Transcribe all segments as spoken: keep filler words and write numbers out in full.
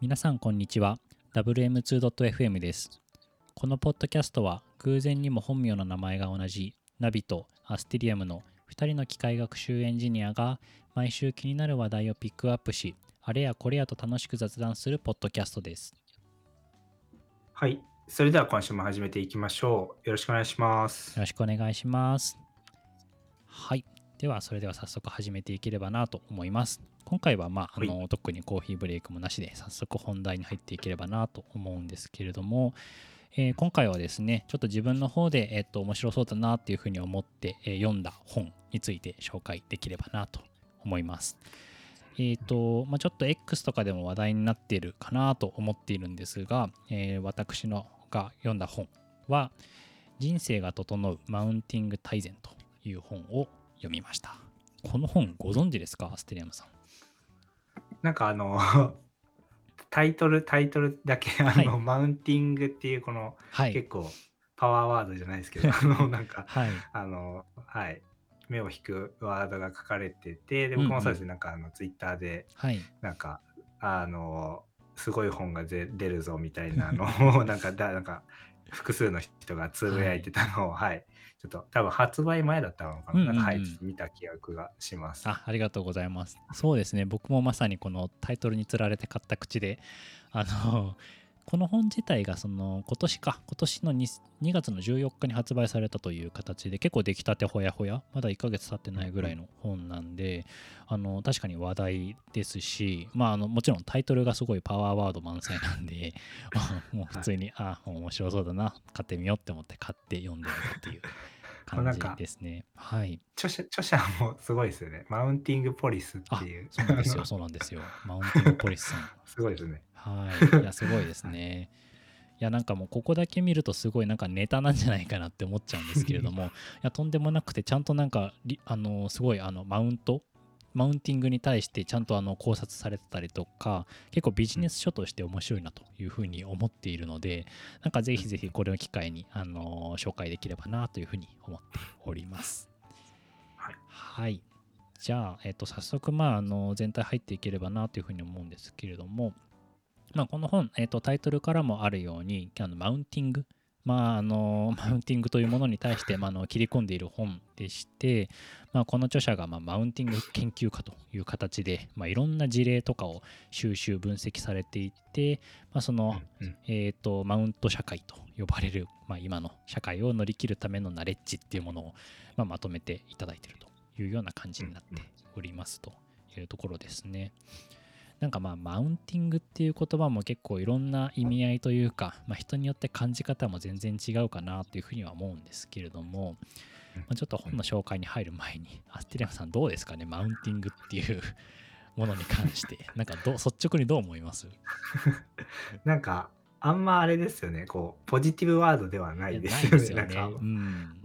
皆さんこんにちは。 ダブリューエムツードットエフエム です。このポッドキャストは偶然にも本名の名前が同じナビとアステリアムのふたりの機械学習エンジニアが毎週気になる話題をピックアップし、あれやこれやと楽しく雑談するポッドキャストです。 はい。それでは今週も始めていきましょう。よろしくお願いしまよす。 ろしくお願いします。はい。ではそれでは早速始めていければなと思います。今回は、まあ、あはい。 の特にコーヒーブレイクもなしで早速本題に入っていければなと思うんですけれども、えー今回はですね、ちょっと自分の方で、えっと面白そうだなっていうふうに思って、えー読んだ本について紹介できればなと思います。えっと、まあ、ちょっと X とかでも話題になっているかなと思っているんですが、えー私のが読んだ本は、人生が整うマウンティング大全という本を読みました。この本ご存知ですか、アステリアムさん。 なんかあのタイトルタイトルだけあはい。 のマウンティングっていうこのはい。 結構パワーワードじゃないですけどあのなんかはい。 あのはい目を引くワードが書かれてて、でうんう僕もそうですん。 ね、なんかあのツイッターではい。 なんかあのすごい本がぜ出るぞみたいなのをなんかだなんか複数の人がつぶはい。 やいてたのを、はいちょっと多分発売前だったのかな、 うんうんうなんかはいちょっん。 と見た記憶がします。 あ、ありがとうございます。そうですね。僕もまさにこのタイトルにつられて買った口で、あの、この本自体がその今年か、今年の に, にがつのじゅうよっかに発売されたという形で、結構出来たてほやほや、まだいっかげつ経ってないぐらいの本なんで、あの確かに話題ですし、まあ、あのもちろんタイトルがすごいパワーワード満載なんで、もう普通に、あ、面白そうだな、買ってみようって思って買って読んでみたっていう感じこうなんかですね。はい。 著者著者もすごいですよね。マウンティングポリスってあ、 いうそうなんですよ、 あのそうなんですよ。マウンティングポリスさん。 すごいですね。 はい。いや、すごいですはい。 ね。いや、なんかもうここだけ見るとすごいなんかネタなんじゃないかなって思っちゃうんですけれども、いや、とんでもなくて、ちゃんとなんか、りあの、すごいあの、マウント、マウンティングに対してちゃんとあの考察されてたりとか、結構ビジうんネス書として面白いなというふうに思っているので、なんかぜうんうん。 ひぜひこれを機会に、あの紹介できればなというふうに思っております。 はい。 はい。じゃあ、えっと、早速、まあ、あの、全体入っていければなというふうに思うんですけれども、まあ、この本、えっと、タイトルからもあるように、あのマウンティング、まあ、あの、マウンティングというものに対して、まあ、あの切り込んでいる本でして、まあ、この著者が、まあ、マウンティング研究家という形で、まあ、いろんな事例とかを収集、分析されていて、まあ、その、 うんうん。 えっと、マウント社会と呼ばれる、まあ、今の社会を乗り切るためのナレッジっていうものを、まあ、まとめていただいているというような感じうんうん。 になっておりますというところですね。なんかまあマウンティングっていう言葉も結構いろんな意味合いというか、まあ、人によって感じ方も全然違うかなというふうには思うんですけれども、 うんまあ、ちょっとうん。 本の紹介に入る前にアステリアムさんどうですかね、マウンティングっていうものに関してなんかどう率直にどう思います？いなんか、あんまあれですよね、こうポジティブワードではなや、 いでないですよね。 すよね。 なんかうん。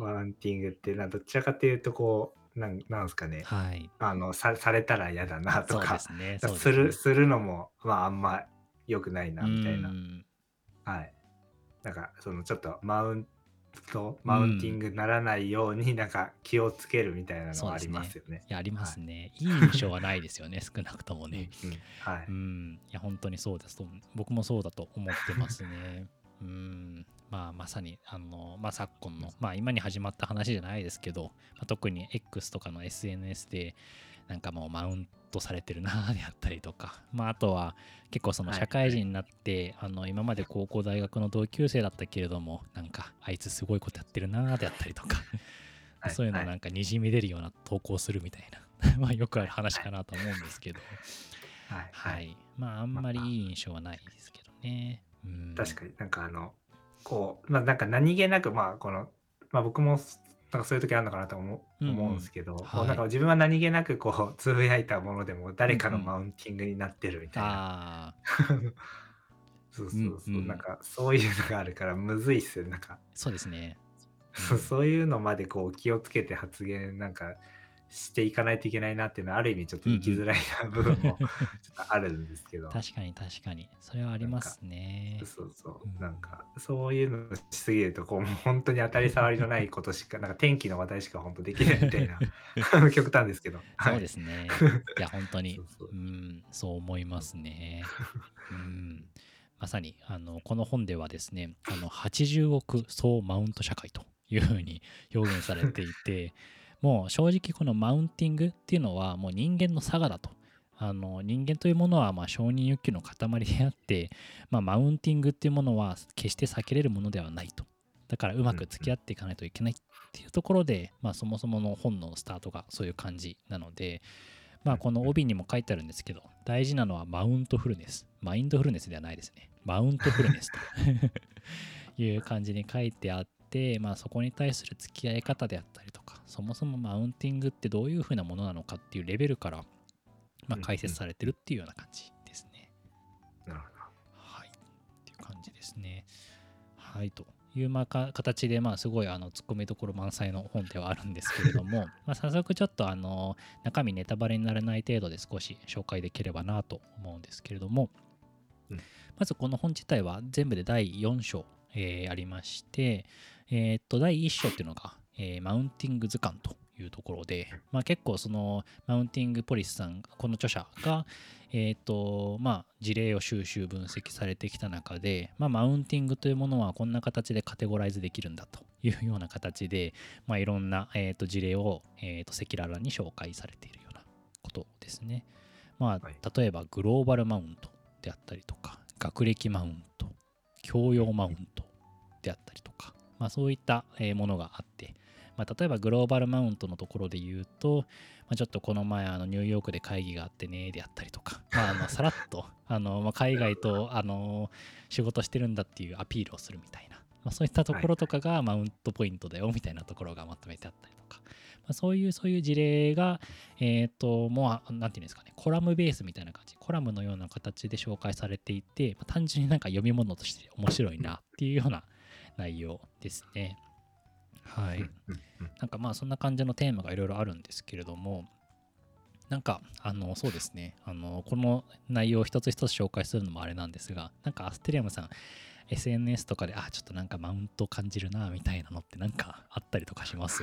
マウンティングって、などちらかというとこう、なんなんすかね、 はい。 あの、さされたら嫌だなとそうでか、 すね。 だそうですね。 するするのも、まあ、あんま良くないうなみたいな。 ん。 はい。なんかそのちょっとマウントうマウンティンん。 グならないようになんか気をつけるみたいなのはありそうですね。 ますよね。 いや、ありまはい。 すね。いい印象はないですよね、少なくともね。 うんうん。はい。 うん、いや、本当にそうですと。僕もそうだと思ってますね。うん、まあ、まさに、あの、まあ、昨今の、まあ、今に始まった話じゃないですけど、まあ、特に X とかの エスエヌエス で、なんかもうマウントされてるなであったりとか、まあ、あとは結構そのはい社会はい。 人になって、あの、今まで高校大学の同級生だったけれども、なんか、あいつすごいことやってるなであったりとか、そういうのはいはい。 なんかにじみ出るような投稿するみたいなまあよくある話はい。 かなと思うんですけど、 はいはい。 はい。まあ、あんまあ、 まりいい印象はないですけどね。うん。 確かになんかあの、こう、ま、なんか何気なく、まあ、この、ま、僕もなんかそういう時あるのかなと思う思うんうんうん。 すけど、こうなんかはい。 自分は何気なくこうつぶやいたものでも誰かのうんうん。 マウンティングになってるみたいな。 ああ、 そううんそうそう、なんうん。 かそういうのがあるからむずいっすよね、なんか。 そうですね。うそう、 ん。 そういうのまでこう気をつけて発言なんかしていかないといけないなっていうのはある意味ちょっと生きづらいな部分もちょっとあるんですけど、 確かに確かに。それはありなんかますね。 そうそう、なんうん。 かそういうのしすぎるとこうもう本当に当たり障りのないことしか、なんか天気の話題しか本当できないみたいな極端ですけど、はそうでい。 すね。いや、本当に、 そうそう。 うん、そう思いまそうすね。うん、まさにあのこの本ではですね、あのはちじゅうおく総マウント社会というふうに表現されていて、もう正直このマウンティングっていうのはもう人間の差がだと。あの人間というものはまあ承認欲求の塊であって、まあ、マウンティングっていうものは決して避けれるものではないと。だからうまく付き合っていかないといけないっていうところで、まあ、そもそもの本のスタートがそういう感じなので、まあ、この帯にも書いてあるんですけど、大事なのはマウントフルネス。マインドフルネスではないですね。マウントフルネスという感じに書いてあって、まあ、そこに対する付き合い方であったりとか、そもそもマウンティングってどういうふうなものなのかっていうレベルから、まあ、解説されてるっていうような感じですね。 なるほど。 はい。っていう感じですね。はい。というまあか形で、まあ、すごいあの突っ込みどころ満載の本ではあるんですけれども、まあ早速ちょっとあの中身ネタバレにならない程度で少し紹介できればなと思うんですけれども、 うん、 まずこの本自体は全部でだいよん章、えーありまして、えーっとだいいっ章っていうのが、えーマウンティング図鑑というところで、まあ、結構そのマウンティングポリスさん、この著者が、えーっとまあ、事例を収集分析されてきた中で、まあ、マウンティングというものはこんな形でカテゴライズできるんだというような形で、まあ、いろんな、えーっと事例を、えーっと赤裸々に紹介されているようなことですね。まあ、 はい。 例えばグローバルマウントであったりとか、学歴マウント、教養マウントであったりとか、まあ、そういったえーものがあって、まあ、例えばグローバルマウントのところで言うと、まあ、ちょっとこの前あのニューヨークで会議があってねであったりとか、まあ、あのさらっとあの、まあ、海外とあの仕事してるんだっていうアピールをするみたいな、まあ、そういったところとかがマウントポイントだよみたいなところがまとめてあったりとか、まあ、そういうそういう事例がえっともうなんていうんですかね、コラムベースみたいな感じ、コラムのような形で紹介されていて、まあ、単純になんか読み物として面白いなっていうような内容ですね。はい。 うんうんうん。 なんかまあそんな感じのテーマがいろいろあるんですけれども、なんかあのそうですね、あのこの内容を一つ一つ紹介するのもあれなんですが、なんかアステリアムさん エスエヌエス とかであちょっとなんかマウント感じるなみたいなのってなんかあったりとかします？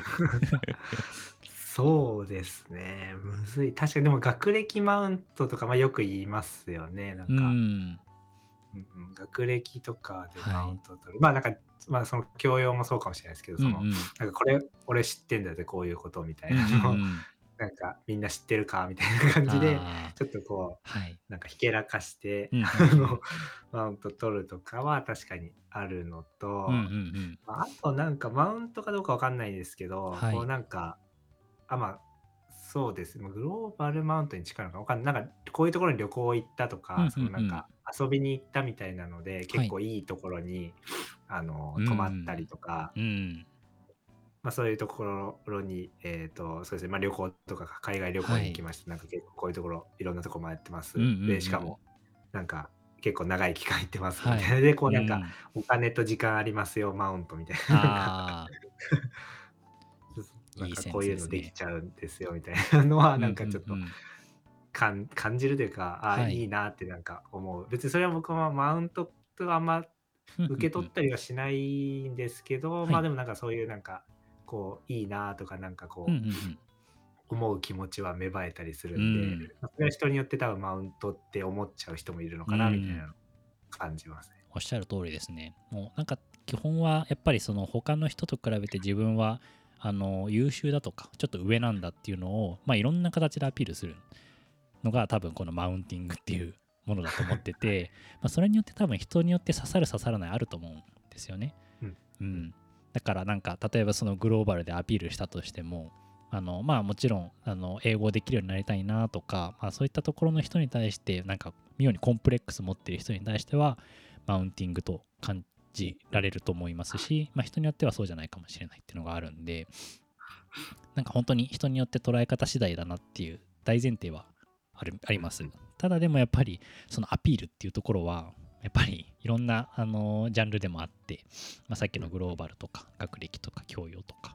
そうですね。むずい。確かにでも学歴マウントとか、まあ、よく言いますよね。なんうか、 ん。 うんうん、学歴とかでマウンはい。 ト取る。まあなんか、まあその教養もそうかもしれないですけど、 うんうその、 ん。 なんかこれ俺知ってんだよってこういうことみたいうんうんうなのを、 ん。 なんかみんな知ってるかみたいな感じで、 ああ、 ちょっとこう、 はい。 なんかひけらかして、 うんうんうあの、 ん。 マウント取るとかは確かにあるのうんうんうと、 ん。 まあ、あとなんかマウントかどうかわかんないですけど、こうはい。 なんか、あ、まあ、そうですね。ま、グローバルマウントに近いのかわかんない。なんかこういうところに旅行行ったとか、 うんうんうん。 そのなんか遊びに行ったみたいなので、 はい。 結構いいところにあの、 う泊まったりん。 とか、 うん。 ま、そういうところに、えっと、そうですね、ま、旅行とか海外旅行はい。 に行きました。なんか結構こういうところ、いろんなとこ回ってまうんうんうす。で、しかん。 も、なんか結構長い期間行ってますみはい。 たいな。で、こうなんか、 うん。 お金と時間ありますよ、マウントみたいな、なんか、 ああ、 そうそう、なんいいセンかこういうのスですね。 できちゃうんですよみたいなのは、 うんうなんかちょっと、 んうん。 かん感じるというか、あ、 はい。 いいなってなんか思う。別にそれは僕はマウントとあんまうんうんうん。 受け取ったりはしないんですけど、まあ、 はい。 でもなんかそういうなんか、こういいなとかなんかうんうこう、 ん思う気持ちは芽生えたりするうん。うんで、 ん。 ま、それは人によって多分マウントって思っちゃう人もいるのうかなみたいなのん。 感じますね。 おっしゃる通りですね。もうなんか基本はやっぱりその他の人と比べて自分はあの優秀だとかちょっと上なんだっていうのを、まあ、いろんな形でアピールするのが多分このマウンティングっていうものだと思ってはい。 て、まあ、それによって多分人によって刺さる刺さらないあると思うんですよね。 うん。うん。 うん。だからなんか例えばそのグローバルでアピールしたとしても、あのまあもちろんあの英語できるようになりたいなとか、まあ、そういったところの人に対してなんか妙にコンプレックス持ってる人に対してはマウンティングと感じられると思いますし、まあ、人によってはそうじゃないかもしれないっていうのがあるんで、なんか本当に人によって捉え方次第だなっていう大前提はあるあります。 うんうん。 ただでもやっぱりそのアピールっていうところはやっぱりいろんなあのジャンルでもあって、まあ、さっきうん。 のグローバルとか学歴とか教養とか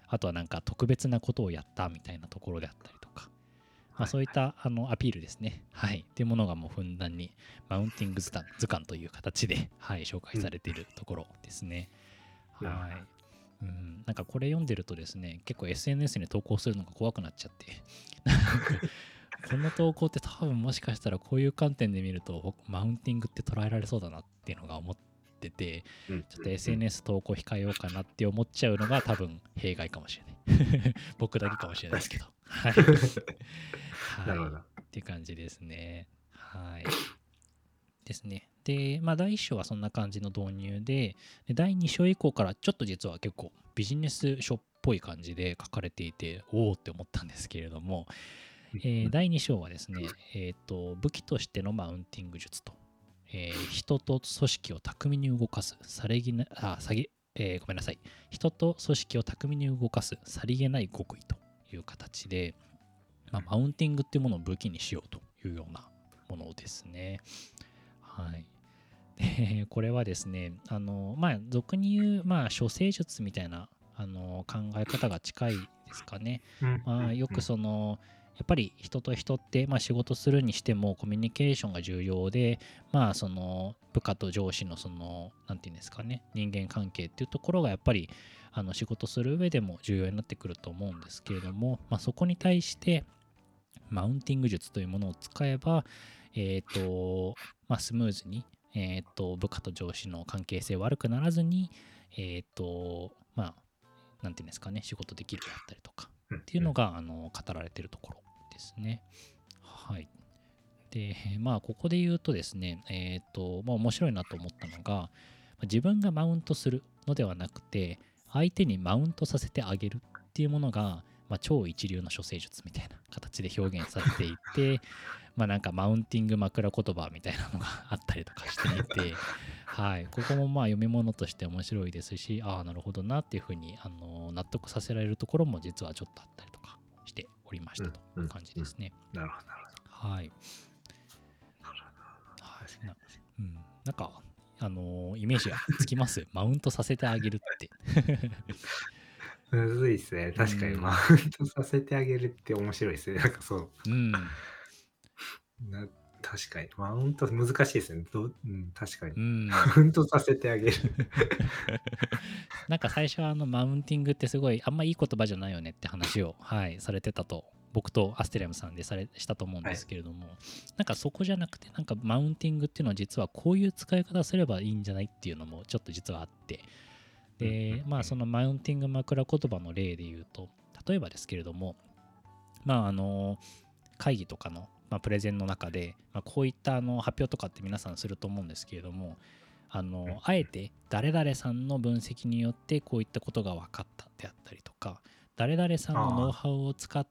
あとはなんか特別なことをやったみたいなところであったりとか、まあ、そういったあのアピールですね、はい、っていうものがもうふんだんにマウンティング図鑑図鑑という形で、はい、紹介されているところですね。 うん、 はい、うん、なんかこれ読んでるとですね、結構 エスエヌエス に投稿するのが怖くなっちゃってこの投稿って多分もしかしたらこういう観点で見るとマウンティングって捉えられそうだなっていうのが思ってて、 うん、 ちょっと エスエヌエス 投稿控えようかなって思っちゃうのが多分弊害かもしれない僕だけかもしれないですけどはい、はい、 なるほどっていう感じですね。はいですね。で、まあ、だいいっ章はそんな感じの導入で、でだいに章以降からちょっと実は結構ビジネス書っぽい感じで書かれていて、おおって思ったんですけれども、えーだいに章はですね、えーと、武器としてのマウンティング術と、えー人と組織を巧みに動かす、さりげな、あ、さぎ、えーごめんなさい。人と組織を巧みに動かす、さりげない極意という形で、まあ、マウンティングっていうものを武器にしようというようなものですね。はい。で、これはですね、あの、まあ、俗に言う、まあ、処世術みたいな、あの、考え方が近いですかね。 うんまあ、よくその、やっぱり人と人って、まあ、仕事するにしてもコミュニケーションが重要で、まあ、その部下と上司のその、なんていうんですかね、人間関係っていうところがやっぱりあの仕事する上でも重要になってくると思うんですけれども、まあ、そこに対してマウンティング術というものを使えば、えっと、まあ、スムーズに、えっと、部下と上司の関係性悪くならずに、えっと、まあ、なんていうんですかね、仕事できるだったりとかっていうのが、あの語られているところですね。はい。で、まあ、ここで言うとですね、えっと、まあ、面白いなと思ったのが、自分がマウントするのではなくて、相手にマウントさせてあげるっていうものが、まあ、超一流の処世術みたいな形で表現されていて、まあなんかマウンティング枕言葉みたいなのがあったりとかしていて、はい、ここもまあ読み物として面白いですし、ああ、なるほどなっていうふうにあの納得させられるところも実はちょっとあったりとかしておりましたという感じですね。 なるほど、なるほど。はい。な, うん、なんか、あのー、イメージがつきますマウントさせてあげるってむずいですね。確かにマウントさせてあげるって面白いですね。なんかそう。 うん。 な確かに。マウント難しいですね。どうん、確かに。 うん、 マウントさせてあげる。 なんか最初はあのマウンティングってすごいあんまいい言葉じゃないよねって話を、はい、されてたと。僕とアステリアムさんでされしたと思うんですけれども、はい、なんかそこじゃなくてなんかマウンティングっていうのは実はこういう使い方すればいいんじゃないっていうのもちょっと実はあって、でまあそのマウンティング枕言葉の例で言うと、例えばですけれども、まああの会議とかの、まあ、プレゼンの中で、まあ、こういったあの発表とかって皆さんすると思うんですけれども、あのあえて誰々さんの分析によってこういったことが分かったであったりとか、誰々さんのノウハウを使って、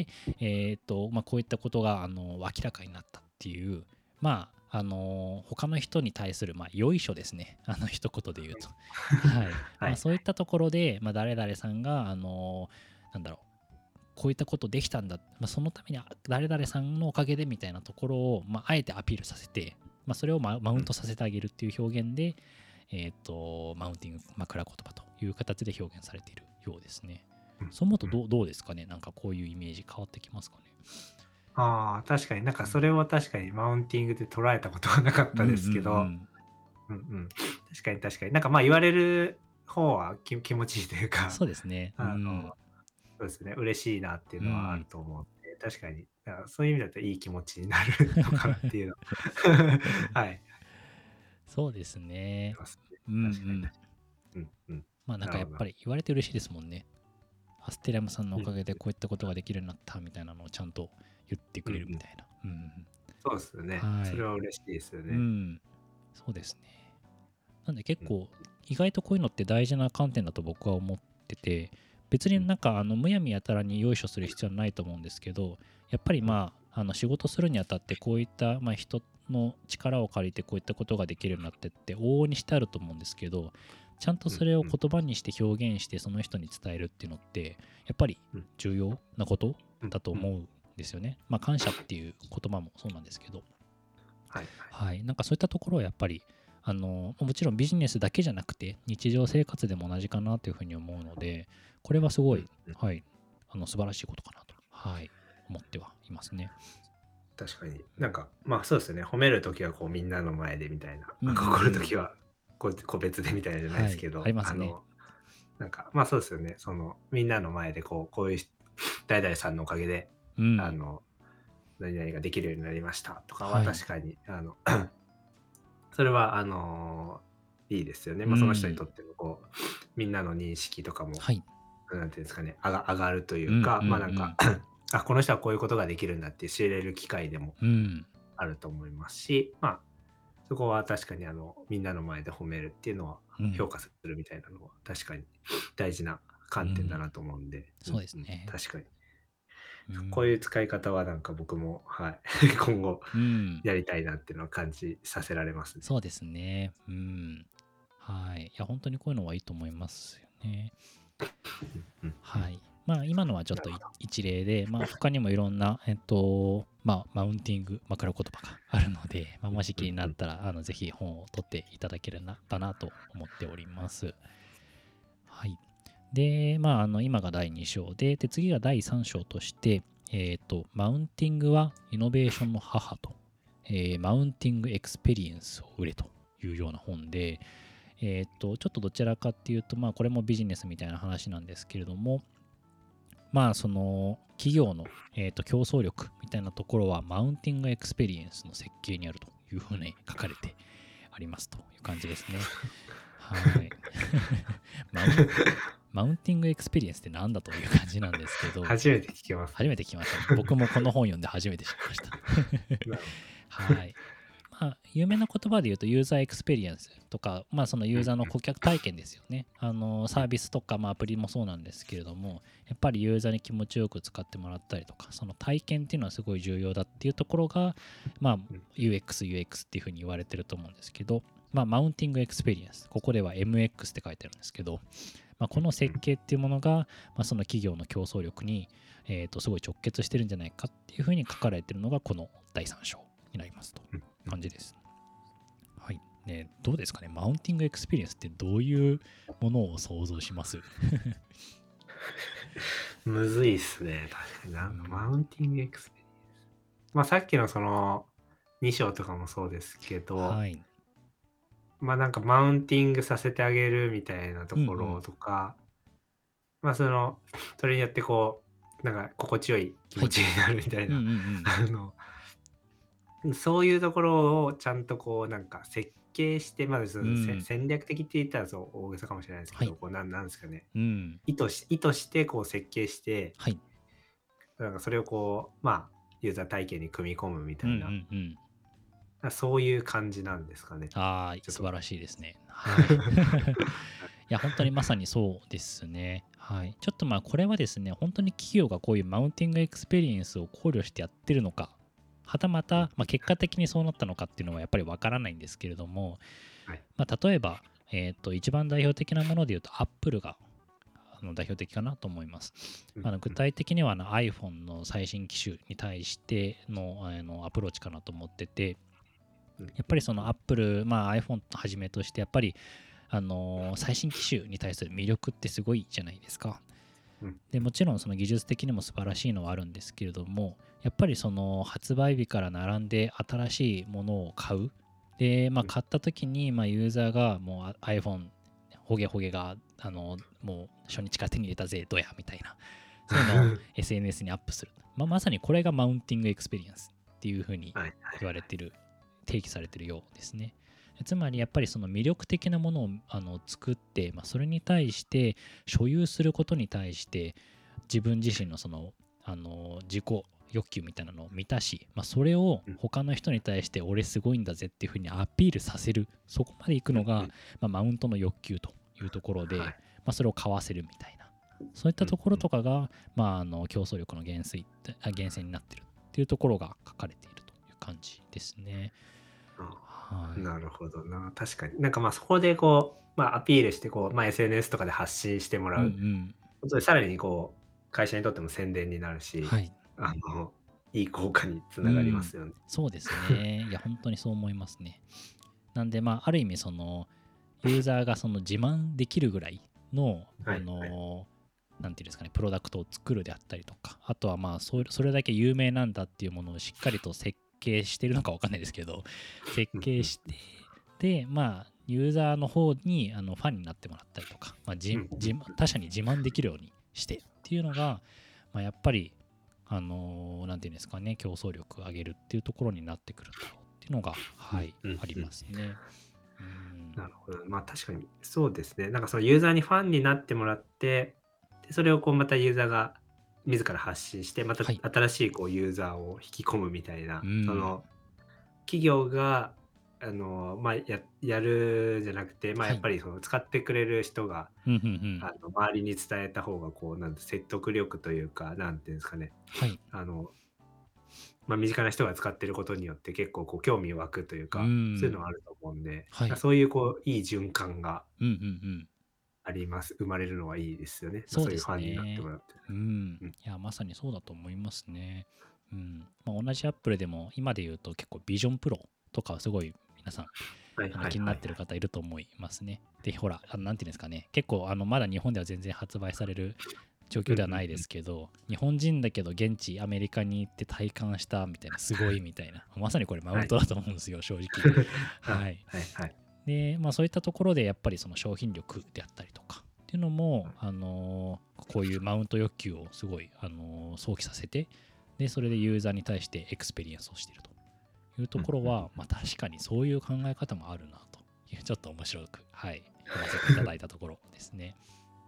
えーとまあ、こういったことがあの明らかになったっていう、まああの他の人に対する、まあ、よいしょですね、あの一言で言うと、はいまあ、そういったところで、まあ、誰々さんがあのなんだろうこういったことできたんだ、まあ、そのために誰々さんのおかげでみたいなところを、まあ、あえてアピールさせて、まあ、それをマウントさせてあげるっていう表現で、えーとマウンティング枕言葉という形で表現されているようですね。そう思うとどう、どうですかね。なんかこういうイメージ変わってきますかね。 ああ、確かになんかそれは確かにマウンティングで捉えたことはなかったですけど、うんうん、うんうん、確かに確かになんかまあ言われる方は気気持ちいいというか、 そうですね。 あの、うん、そうですね、嬉しいなっていうのはあると思うので、うん、確かにそういう意味だといい気持ちになるのかなっていうのはい。 そうですね。 うんうん。うんうん。 まあなんかやっぱり言われて嬉しいですもんね。アステリアムさんのおかげでこういったことができるようになったみたいなのをちゃんと言ってくれるみたいな。うんうん、 そうですよね、はい。それは嬉しいですよね。 うん。そうですね。なんで結構意外とこういうのって大事な観点だと僕は思ってて、別になんかあのむやみやたらによいしょする必要はないと思うんですけど、やっぱりまああの仕事するにあたってこういったまあ人の力を借りてこういったことができるようになってって往々にしてあると思うんですけど、ちゃんとそれを言葉にして表現してその人に伝えるっていうのってやっぱり重要なことだと思うんですよね。まあ感謝っていう言葉もそうなんですけど、はい、はい、なんかそういったところはやっぱりあのもちろんビジネスだけじゃなくて日常生活でも同じかなというふうに思うので、これはすごい、 うんうん、 はい、あの素晴らしいことかなと、はい、思ってはいますね。 確かになんかまあそうですよね、褒めるときはこうみんなの前でみたいな、 うんうんうん、 怒るときは個個別でみたいなじゃないですけど、 はい、ありますね。 あのなんかまあそうですよね、そのみんなの前でこうこういう誰々さんのおかげで、うん、あの何々ができるようになりましたとかは確かに、はい、あのそれはあのー、いいですよね、まあ、その人にとってもこう、うん、みんなの認識とかも、はい、なんていうんですかね、上が、上がるというか、うんうんうん、まあなんかあこの人はこういうことができるんだって知れる機会でもあると思いますし、うん、まあそこは確かにあのみんなの前で褒めるっていうのは評価するみたいなのは確かに大事な観点だなと思うんで、 うん、そうですね、 うん、確かに、うん、こういう使い方はなんか僕も、はい、今後やりたいなっていうのは感じさせられますね。 そうですね、うん、はい、いや本当にこういうのはいいと思いますよね。はい。まあ今のはちょっと一例で、まあ他にもいろんな、えっと、まあマウンティング枕言葉があるので、まあ、もし気になったら、あのぜひ本を取っていただければなと思っております。はい。で、まああの今がだいに章で、で次がだいさん章として、えっと、マウンティングはイノベーションの母と、えー、マウンティングエクスペリエンスを売れというような本で、えー、っとちょっとどちらかっていうと、まあ、これもビジネスみたいな話なんですけれども、まあその企業の、えー、と競争力みたいなところはマウンティングエクスペリエンスの設計にあるというふうに書かれてありますという感じですね。はいマウン。マウンティングエクスペリエンスって何だという感じなんですけど、 初めて聞きます。 初めて聞きましたね。僕もこの本読んで初めて知りました。はい。まあ、有名な言葉で言うとユーザーエクスペリエンスとか、まあ、そのユーザーの顧客体験ですよね。あのサービスとか、まあ、アプリもそうなんですけれども、やっぱりユーザーに気持ちよく使ってもらったりとか、その体験っていうのはすごい重要だっていうところが、まあ、ユーエックス、ユーエックス っていうふうに言われてると思うんですけど、まあ、マウンティングエクスペリエンス、ここでは エムエックス って書いてあるんですけど、まあ、この設計っていうものが、まあ、その企業の競争力に、えーと、すごい直結してるんじゃないかっていうふうに書かれてるのがこのだいさん章になりますという感じです。はいね、どうですかね、マウンティングエクスペリエンスってどういうものを想像しますむずいっすね、確かにな、うん、マウンティングエクスペリエンス。まあさっきのそのに章とかもそうですけど、はい、まあなんかマウンティングさせてあげるみたいなところとか、うんうん、まあそのそれによってこうなんか心地よい気持ちになるみたいな、あのそういうところをちゃんとこうなんか設計して、まずその、うん、戦略的って言ったらそう大げさかもしれないですけど、はい、こうなんなんですかね、うん、意図し意図してこう設計して、はい、なんかそれをこうまあユーザー体験に組み込むみたいな、うんうんうん、そういう感じなんですかね。 ああ、素晴らしいですね。はい。いや、本当にまさにそうですね。はい。ちょっとまあ、これはですね、本当に企業がこういうマウンティングエクスペリエンスを考慮してやってるのか、はたまた、まあ、結果的にそうなったのかっていうのはやっぱりわからないんですけれども、はい、まあ、例えば、えーと、一番代表的なものでいうと、Apple があの代表的かなと思います。あの具体的にはあの iPhone の最新機種に対しての、あのアプローチかなと思ってて、やっぱりその Apple、まあ、iPhone をはじめとしてやっぱり、あのー、最新機種に対する魅力ってすごいじゃないですか。でもちろんその技術的にも素晴らしいのはあるんですけれども、やっぱりその発売日から並んで新しいものを買う。で、まあ、買った時にまあユーザーがもう iPhone ホゲホゲがあのもう初日から手に入れたぜどやみたいな、そういうのを エスエヌエス にアップする。まあ、まさにこれがマウンティングエクスペリエンスっていうふうに言われてる、定義されてるようですね。つまりやっぱりその魅力的なものをあの作って、まあ、それに対して所有することに対して自分自身のそのあの自己欲求みたいなのを満たし、まあ、それを他の人に対して俺すごいんだぜっていうふうにアピールさせる、そこまでいくのが、まあ、マウントの欲求というところで、まあ、それを買わせるみたいな、そういったところとかが、まあ、あの競争力の源泉源泉になっているっていうところが書かれているという感じですね。 はい、なるほどな。確かになんかまあそこでこう、まあ、アピールしてこう、まあ、エスエヌエス とかで発信してもらう、うんうん、ことでさらにこう会社にとっても宣伝になるし、はい、あのいい効果につながりますよね。 うん、そうですね。いや本当にそう思いますね。 なんでまあある意味そのユーザーがその自慢できるぐらいの、あの、はいはい、なんていうんですかね、プロダクトを作るであったりとか、あとはまあそれ、それだけ有名なんだっていうものをしっかりと設計してるのか分かんないですけど、設計してでまあユーザーの方にあのファンになってもらったりとか、まあ、じじ他社に自慢できるようにしてっていうのが、まあ、やっぱりあのー、なんていうんですかね、競争力を上げるっていうところになってくるんだろうっていうのが、はい、うん、ありますね。 うん、なるほど。まあ確かにそうですね。なんかそのユーザーにファンになってもらって、でそれをこうまたユーザーが自ら発信して、また新しいこうユーザーを引き込むみたいな、はい、その企業があの、まあ、や, やるじゃなくて、まあ、やっぱりその使ってくれる人が、はい、あの周りに伝えた方がこうなんて説得力というか、なんていうんですかね、はい、あのまあ、身近な人が使ってることによって結構こう興味湧くというか、うん、そういうのはあると思うんで、はい、そういうこういい循環があります、うんうんうん、生まれるのはいいですよね。 そうですね。 そういうファンになってもらって。 うん。うん、いや、まさにそうだと思いますね。うんまあ、同じアップルでも今で言うと結構ビジョンプロとかすごい皆さん、はいはいはい、気になってる方いると思いますね。で、ほら、あのなんていうんですかね、結構あのまだ日本では全然発売される状況ではないですけど、うんうんうん、日本人だけど現地アメリカに行って体感したみたいな、すごいみたいな、まさにこれマウントだと思うんですよ、はい、正直。はいはいはい。で、まあそういったところでやっぱりその商品力であったりとかっていうのも、あのー、こういうマウント欲求をすごい、あのー、想起させて、でそれでユーザーに対してエクスペリエンスをしているというところは、まあ確かにそういう考え方もあるなという、ちょっと面白く、はい、読ませていただいたところですね。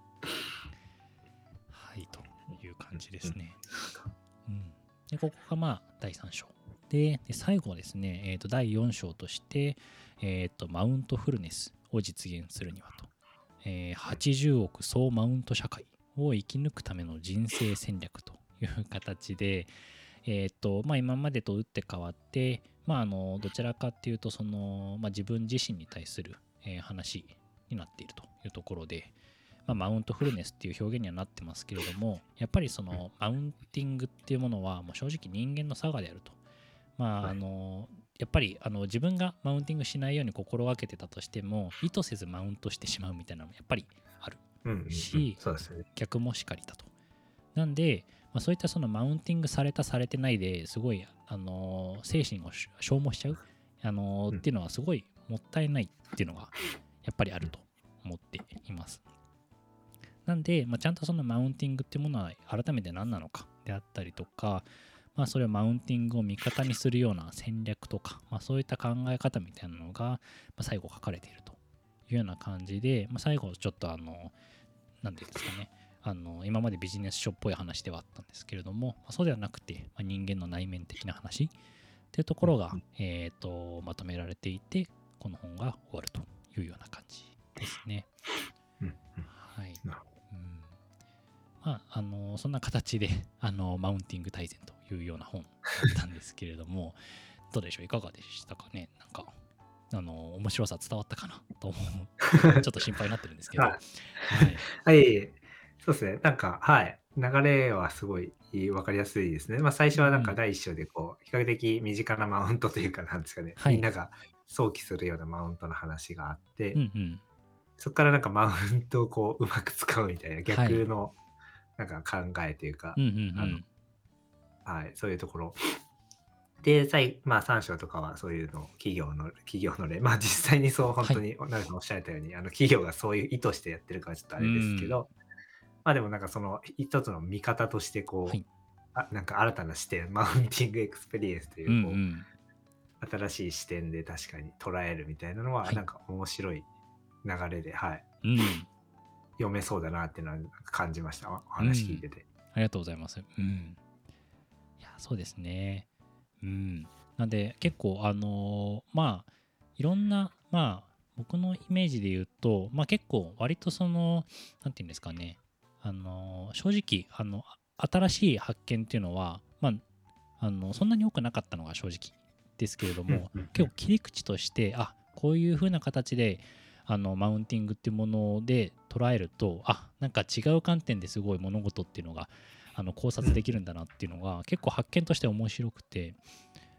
はいという感じですね。うん、でここがまあだいさん章で、で最後ですね、えー、とだいよん章として、えー、とマウントフルネスを実現するにはと、えー、はちじゅうおく総マウント社会を生き抜くための人生戦略という形で、えーとまあ、今までと打って変わって、まあ、あのどちらかっていうとその、まあ、自分自身に対する、えー、話になっているというところで、まあ、マウントフルネスっていう表現にはなってますけれども、やっぱりそのマウンティングっていうものはもう正直人間の差がであると。まああのやっぱりあの自分がマウンティングしないように心がけてたとしても意図せずマウントしてしまうみたいなのもやっぱりあるし、逆もしかりだと。なんで、まあ、そういったそのマウンティングされたされてないですごいあの精神を消耗しちゃうあのっていうのはすごいもったいないっていうのがやっぱりあると思っています。なんで、まあ、ちゃんとそのマウンティングっていうものは改めて何なのかであったりとか、まあ、それをマウンティングを味方にするような戦略とか、まあ、そういった考え方みたいなのが最後書かれているというような感じで、まあ、最後ちょっとあの何て言うんですかね、あの今までビジネス書っぽい話ではあったんですけれども、まあ、そうではなくて、まあ、人間の内面的な話っていうところが、えーとまとめられていて、この本が終わるというような感じですね。はい。まあ、あのそんな形であのマウンティング大全というような本だったんですけれどもどうでしょう、いかがでしたかね。なんかあの面白さ伝わったかなと思うちょっと心配になってるんですけどはい、 はい、そうですね、なんかはい流れはすごい分かりやすいですね。まあ最初はなんかだいいっ章でこう比較的身近なマウントというかなんですかね、はい、みんなが想起するようなマウントの話があって、うんうん、そこからなんかマウントをこううまく使うみたいな逆の、はいなんか考えというか、うんうんうん、あのはい、そういうところで、まあ、さん章とかはそういうの企業の企業の例、まあ実際にそう本当に、はい、なんかおっしゃられたようにあの企業がそういう意図してやってるからちょっとあれですけど、まあでもなんかその一つの見方としてこう、はい、あなんか新たな視点、マウンティングエクスペリエンスというこう、うんうん、新しい視点で確かに捉えるみたいなのは、はい、なんか面白い流れで、はい。うん読めそうだなっていうのは感じました。お話聞いてて、うん、 ありがとうございます。うん、いやそうですね。うん、なんで結構あのー、まあいろんなまあ僕のイメージで言うと、まあ結構割とそのなんていうんですかね、あのー、正直あの新しい発見っていうのはまああのそんなに多くなかったのが正直ですけれども、結構切り口としてあこういう風な形であのマウンティングっていうもので捉えるとあなんか違う観点ですごい物事っていうのがあの考察できるんだなっていうのが結構発見として面白くて、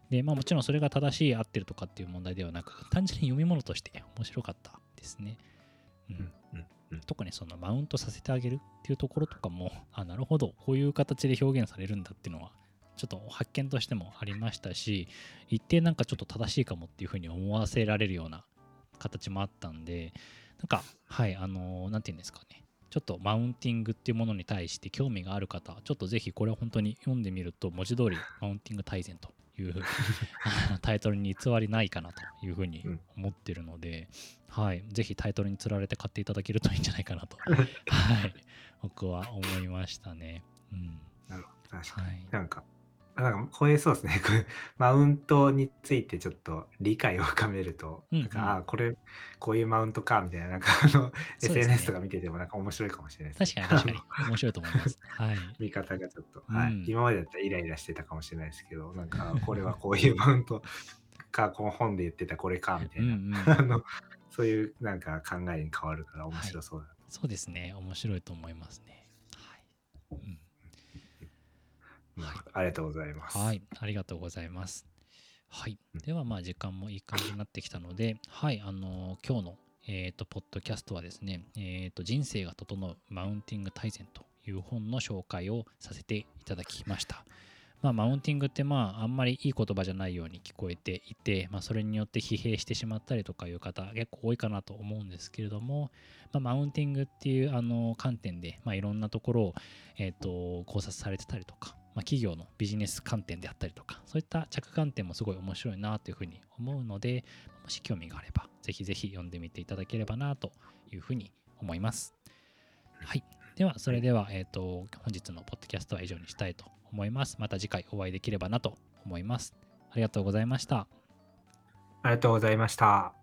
で、まあ、もちろんそれが正しい合ってるとかっていう問題ではなく、単純に読み物として面白かったですね。うん。うんうん、特にそのマウントさせてあげるっていうところとかも、あ、なるほど、こういう形で表現されるんだっていうのは、ちょっと発見としてもありましたし、一定なんかちょっと正しいかもっていうふうに思わせられるような形もあったんで、なんか、はい、あのー、なんていうんですかね。ちょっとマウンティングっていうものに対して興味がある方、ちょっとぜひこれを本当に読んでみると、文字通りマウンティング大全というタイトルに偽りないかなというふうに思ってるので、うん、はい、ぜひタイトルにつられて買っていただけるといいんじゃないかなと、はい、僕は思いましたね。うん、 なるほど、確かに、はい、なんかなんかこういうそうですねマウントについてちょっと理解を深めると、うんうん、なんかあこれこういうマウントかみたいな、なんかあの、ね、エスエヌエス とか見ててもなんか面白いかもしれないです、 ね、確かに確かに面白いと思います。はい、 見方がちょっと、はい、うん、今までだったらイライラしてたかもしれないですけど、なんかこれはこういうマウントか、この本で言ってたこれかみたいな、うん、うん、あのそういうなんか考えに変わるから面白そうだ、はい、 そうですね、面白いと思いますね。はい、うんはい、ありがとうございます。 はい、ありがとうございます。はい、ではまあ時間もいい感じになってきたので、はい、あのー、今日のえっとポッドキャストはですね、えっと人生が整うマウンティング大全という本の紹介をさせていただきました。まあ、マウンティングってまああんまりいい言葉じゃないように聞こえていて、まあ、それによって疲弊してしまったりとかいう方結構多いかなと思うんですけれども、まあ、マウンティングっていうあの観点で、まあ、いろんなところを、えーと考察されてたりとか、まあ、企業のビジネス観点であったりとか、そういった着眼点もすごい面白いなというふうに思うので、もし興味があればぜひぜひ読んでみていただければなというふうに思います。はい、ではそれでは、えーと本日のポッドキャストは以上にしたいと思います。また次回お会いできればなと思います。ありがとうございました。 ありがとうございました。